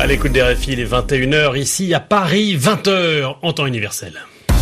l'écoute des RFI, il est 21h ici à Paris, 20h en temps universel.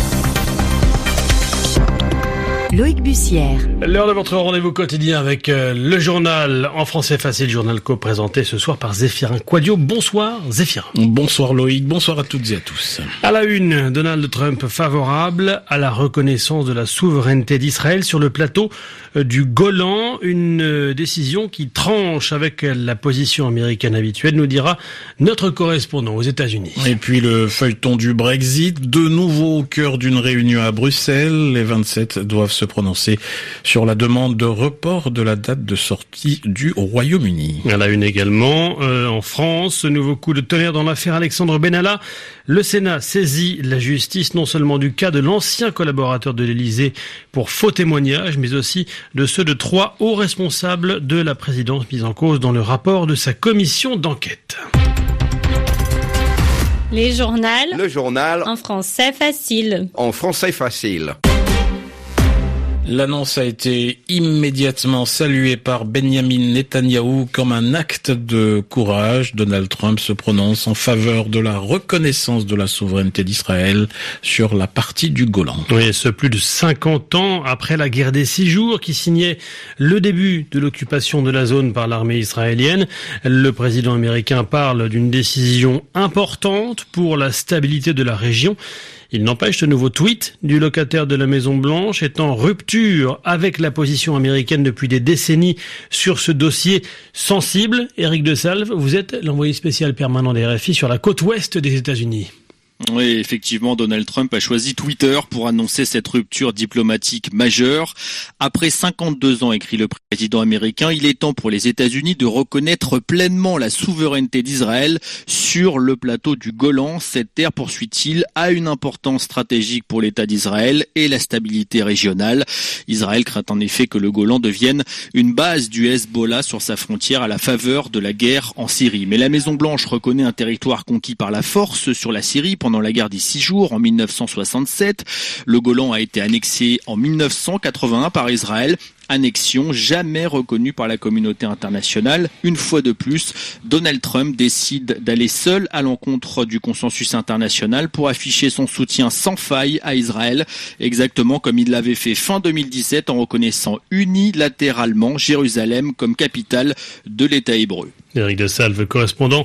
Loïc Bussière. L'heure de votre rendez-vous quotidien avec le journal en français facile, journal co-présenté ce soir par Zéphirin Quadio. Bonsoir Zéphirin. Bonsoir Loïc, bonsoir à toutes et à tous. À la une, Donald Trump favorable à la reconnaissance de la souveraineté d'Israël sur le plateau du Golan. Une décision qui tranche avec la position américaine habituelle, nous dira notre correspondant aux États-Unis. Et puis le feuilleton du Brexit, de nouveau au cœur d'une réunion à Bruxelles. Les 27 doivent se prononcer sur la demande de report de la date de sortie du Royaume-Uni. À la une également, en France, ce nouveau coup de tonnerre dans l'affaire Alexandre Benalla. Le Sénat saisit la justice non seulement du cas de l'ancien collaborateur de l'Élysée pour faux témoignages, mais aussi de ceux de 3 hauts responsables de la présidence mis en cause dans le rapport de sa commission d'enquête. Les journaux. Le journal. En français facile. En français facile. L'annonce a été immédiatement saluée par Benjamin Netanyahou comme un acte de courage. Donald Trump se prononce en faveur de la reconnaissance de la souveraineté d'Israël sur la partie du Golan. Oui, ce plus de 50 ans après la guerre des 6 jours qui signait le début de l'occupation de la zone par l'armée israélienne. Le président américain parle d'une décision importante pour la stabilité de la région. Il n'empêche, ce nouveau tweet du locataire de la Maison-Blanche est en rupture avec la position américaine depuis des décennies sur ce dossier sensible. Éric de Salve, vous êtes l'envoyé spécial permanent des RFI sur la côte ouest des États-Unis. Oui, effectivement, Donald Trump a choisi Twitter pour annoncer cette rupture diplomatique majeure. Après 52 ans, écrit le président américain, il est temps pour les États-Unis de reconnaître pleinement la souveraineté d'Israël sur le plateau du Golan. Cette terre, poursuit-il, a une importance stratégique pour l'État d'Israël et la stabilité régionale. Israël craint en effet que le Golan devienne une base du Hezbollah sur sa frontière à la faveur de la guerre en Syrie. Mais la Maison-Blanche reconnaît un territoire conquis par la force sur la Syrie pendant la guerre des 6 jours en 1967. Le Golan a été annexé en 1981 par Israël. Annexion jamais reconnue par la communauté internationale. Une fois de plus, Donald Trump décide d'aller seul à l'encontre du consensus international pour afficher son soutien sans faille à Israël, exactement comme il l'avait fait fin 2017 en reconnaissant unilatéralement Jérusalem comme capitale de l'État hébreu. Éric de Salve, correspondant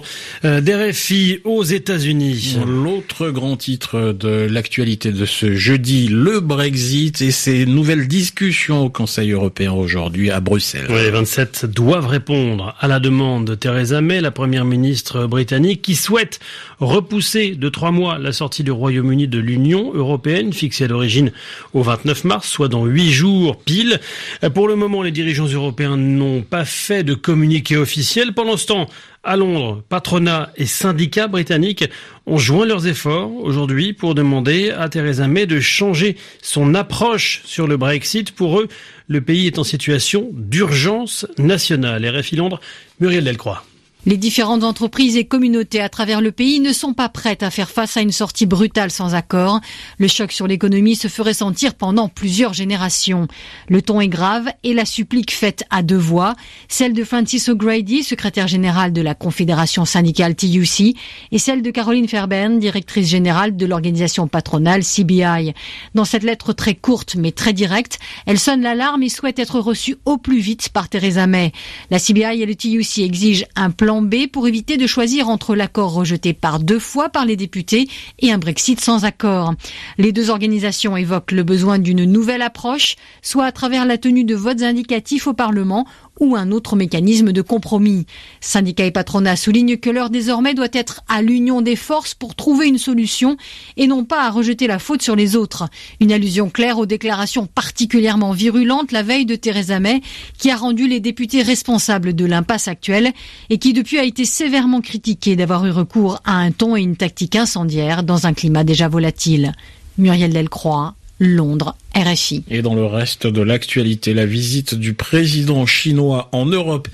d'RFI aux États-Unis. L'autre grand titre de l'actualité de ce jeudi, le Brexit et ses nouvelles discussions au Conseil européen aujourd'hui à Bruxelles. Oui, les 27 doivent répondre à la demande de Theresa May, la première ministre britannique, qui souhaite repousser de 3 mois la sortie du Royaume-Uni de l'Union européenne, fixée à l'origine au 29 mars, soit dans 8 jours pile. Pour le moment, les dirigeants européens n'ont pas fait de communiqué officiel. Pendant ce temps, à Londres, patronat et syndicats britanniques ont joint leurs efforts aujourd'hui pour demander à Theresa May de changer son approche sur le Brexit. Pour eux, le pays est en situation d'urgence nationale. RFI Londres, Muriel Delcroix. Les différentes entreprises et communautés à travers le pays ne sont pas prêtes à faire face à une sortie brutale sans accord. Le choc sur l'économie se ferait sentir pendant plusieurs générations. Le ton est grave et la supplique faite à 2 voix, celle de Francis O'Grady, secrétaire général de la Confédération syndicale TUC, et celle de Caroline Fairbairn, directrice générale de l'organisation patronale CBI. Dans cette lettre très courte mais très directe, elle sonne l'alarme et souhaite être reçue au plus vite par Theresa May. La CBI et le TUC exigent un plan B pour éviter de choisir entre l'accord rejeté par 2 fois par les députés et un Brexit sans accord. Les 2 organisations évoquent le besoin d'une nouvelle approche, soit à travers la tenue de votes indicatifs au Parlement ou un autre mécanisme de compromis. Syndicats et patronat soulignent que l'heure désormais doit être à l'union des forces pour trouver une solution et non pas à rejeter la faute sur les autres. Une allusion claire aux déclarations particulièrement virulentes la veille de Theresa May, qui a rendu les députés responsables de l'impasse actuelle et qui depuis a été sévèrement critiquée d'avoir eu recours à un ton et une tactique incendiaire dans un climat déjà volatile. Muriel Delcroix, Londres, RFI. Et dans le reste de l'actualité, la visite du président chinois en Europe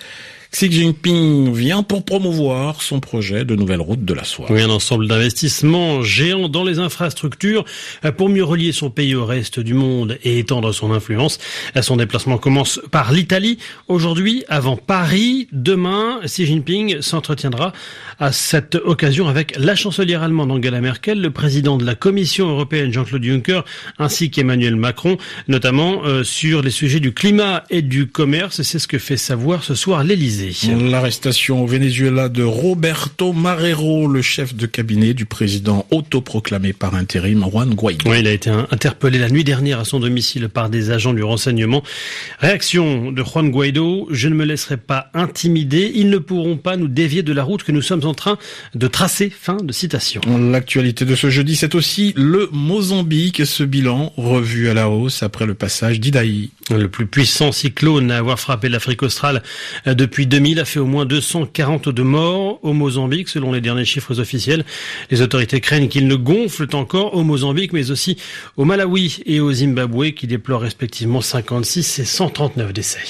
Xi Jinping vient pour promouvoir son projet de nouvelle route de la soie. Oui, un ensemble d'investissements géants dans les infrastructures pour mieux relier son pays au reste du monde et étendre son influence. Son déplacement commence par l'Italie. Aujourd'hui, avant Paris. Demain, Xi Jinping s'entretiendra à cette occasion avec la chancelière allemande Angela Merkel, le président de la Commission européenne Jean-Claude Juncker, ainsi qu'Emmanuel Macron, notamment sur les sujets du climat et du commerce. C'est ce que fait savoir ce soir l'Elysée. L'arrestation au Venezuela de Roberto Marrero, le chef de cabinet du président autoproclamé par intérim Juan Guaidó. Oui, il a été interpellé la nuit dernière à son domicile par des agents du renseignement. Réaction de Juan Guaidó: je ne me laisserai pas intimider, ils ne pourront pas nous dévier de la route que nous sommes en train de tracer. Fin de citation. L'actualité de ce jeudi, c'est aussi le Mozambique, ce bilan revu à la hausse après le passage d'Idaï. Le plus puissant cyclone à avoir frappé l'Afrique australe depuis 2000 a fait au moins 242 morts au Mozambique, selon les derniers chiffres officiels. Les autorités craignent qu'il ne gonfle encore au Mozambique, mais aussi au Malawi et au Zimbabwe, qui déplorent respectivement 56 et 139 décès.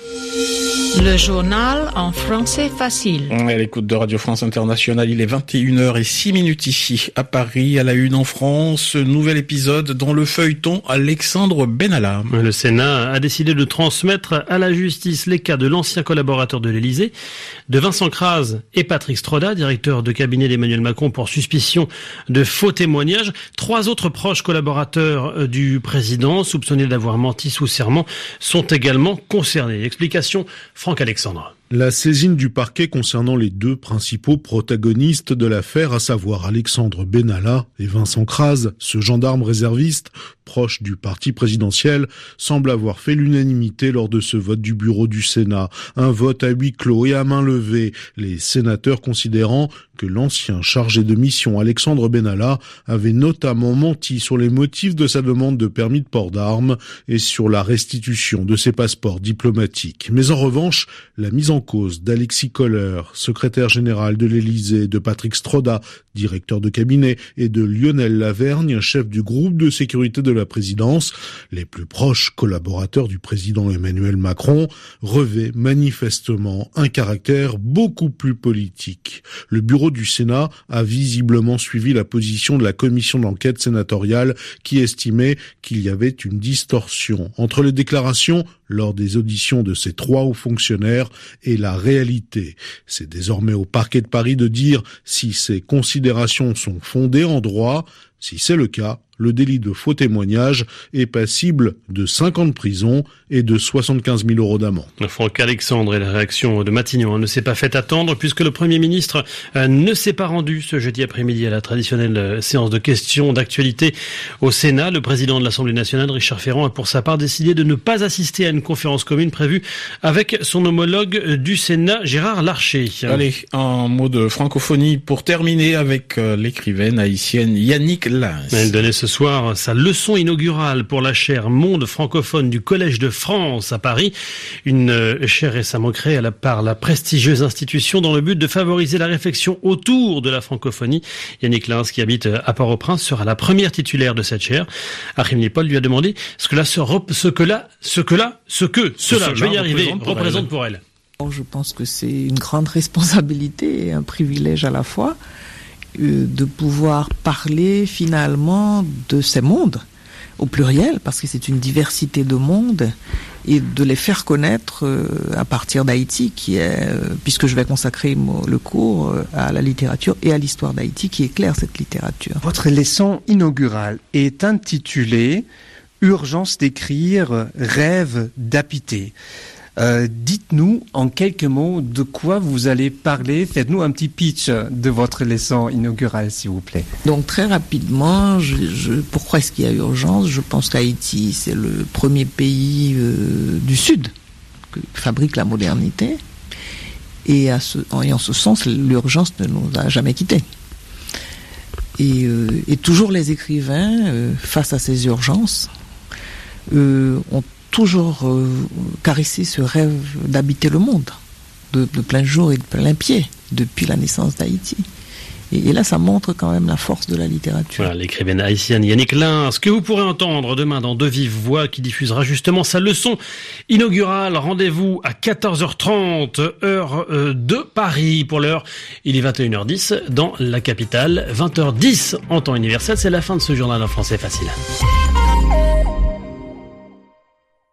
Le journal en français facile. À l'écoute de Radio France Internationale, il est 21h06 ici à Paris, à la une en France. Nouvel épisode dans le feuilleton Alexandre Benalla. Le Sénat a décidé de transmettre à la justice les cas de l'ancien collaborateur de l'Élysée, de Vincent Crase et Patrick Stroda, directeur de cabinet d'Emmanuel Macron pour suspicion de faux témoignages. 3 autres proches collaborateurs du président, soupçonnés d'avoir menti sous serment, sont également concernés. Explication Franck Alexandre. La saisine du parquet concernant les 2 principaux protagonistes de l'affaire, à savoir Alexandre Benalla et Vincent Crase, ce gendarme réserviste proche du parti présidentiel, semble avoir fait l'unanimité lors de ce vote du bureau du Sénat. Un vote à huis clos et à main levée, les sénateurs considérant que l'ancien chargé de mission Alexandre Benalla avait notamment menti sur les motifs de sa demande de permis de port d'armes et sur la restitution de ses passeports diplomatiques. Mais en revanche, la mise en cause d'Alexis Kohler, secrétaire général de l'Élysée, de Patrick Stroda, directeur de cabinet, et de Lionel Lavergne, chef du groupe de sécurité de la présidence, les plus proches collaborateurs du président Emmanuel Macron, revêt manifestement un caractère beaucoup plus politique. Le bureau du Sénat a visiblement suivi la position de la commission d'enquête sénatoriale qui estimait qu'il y avait une distorsion entre les déclarations lors des auditions de ces 3 hauts fonctionnaires et la réalité. C'est désormais au parquet de Paris de dire si ces considérations sont fondées en droit. Si c'est le cas, le délit de faux témoignage est passible de 5 ans de prison et de 75 000 € d'amende. Franck Alexandre, et la réaction de Matignon ne s'est pas fait attendre puisque le Premier ministre ne s'est pas rendu ce jeudi après-midi à la traditionnelle séance de questions d'actualité au Sénat. Le président de l'Assemblée nationale, Richard Ferrand, a pour sa part décidé de ne pas assister à une conférence commune prévue avec son homologue du Sénat, Gérard Larcher. Allez, un mot de francophonie pour terminer avec l'écrivaine haïtienne Yannick Lins. Elle donnait ce soir sa leçon inaugurale pour la chaire Monde francophone du Collège de France à Paris. Une chaire récemment créée par la prestigieuse institution dans le but de favoriser la réflexion autour de la francophonie. Yannick Lins, qui habite à Port-au-Prince, sera la première titulaire de cette chaire. Achim Lippol lui a demandé ce que cela, je vais y arriver, représente pour elle. Je pense que c'est une grande responsabilité et un privilège à la fois de pouvoir parler finalement de ces mondes au pluriel, parce que c'est une diversité de mondes, et de les faire connaître à partir d'Haïti, qui est, puisque je vais consacrer le cours à la littérature et à l'histoire d'Haïti, qui éclaire cette littérature. Votre leçon inaugurale est intitulée « Urgence d'écrire, rêve d'habiter ». Dites-nous en quelques mots de quoi vous allez parler. Faites-nous un petit pitch de votre leçon inaugurale, s'il vous plaît. Donc très rapidement, pourquoi est-ce qu'il y a urgence ? Je pense qu'Haïti, c'est le premier pays du Sud qui fabrique la modernité. Et en ce sens, l'urgence ne nous a jamais quittés. Et toujours les écrivains, face à ces urgences, ont toujours caresser ce rêve d'habiter le monde de plein jour et de plein pied depuis la naissance d'Haïti. Et là, ça montre quand même la force de la littérature. Voilà, l'écrivaine haïtienne Yannick Lin, ce que vous pourrez entendre demain dans De Vive Voix, qui diffusera justement sa leçon inaugurale. Rendez-vous à 14h30, heure de Paris. Pour l'heure, il est 21h10 dans la capitale, 20h10 en temps universel. C'est la fin de ce journal en français facile.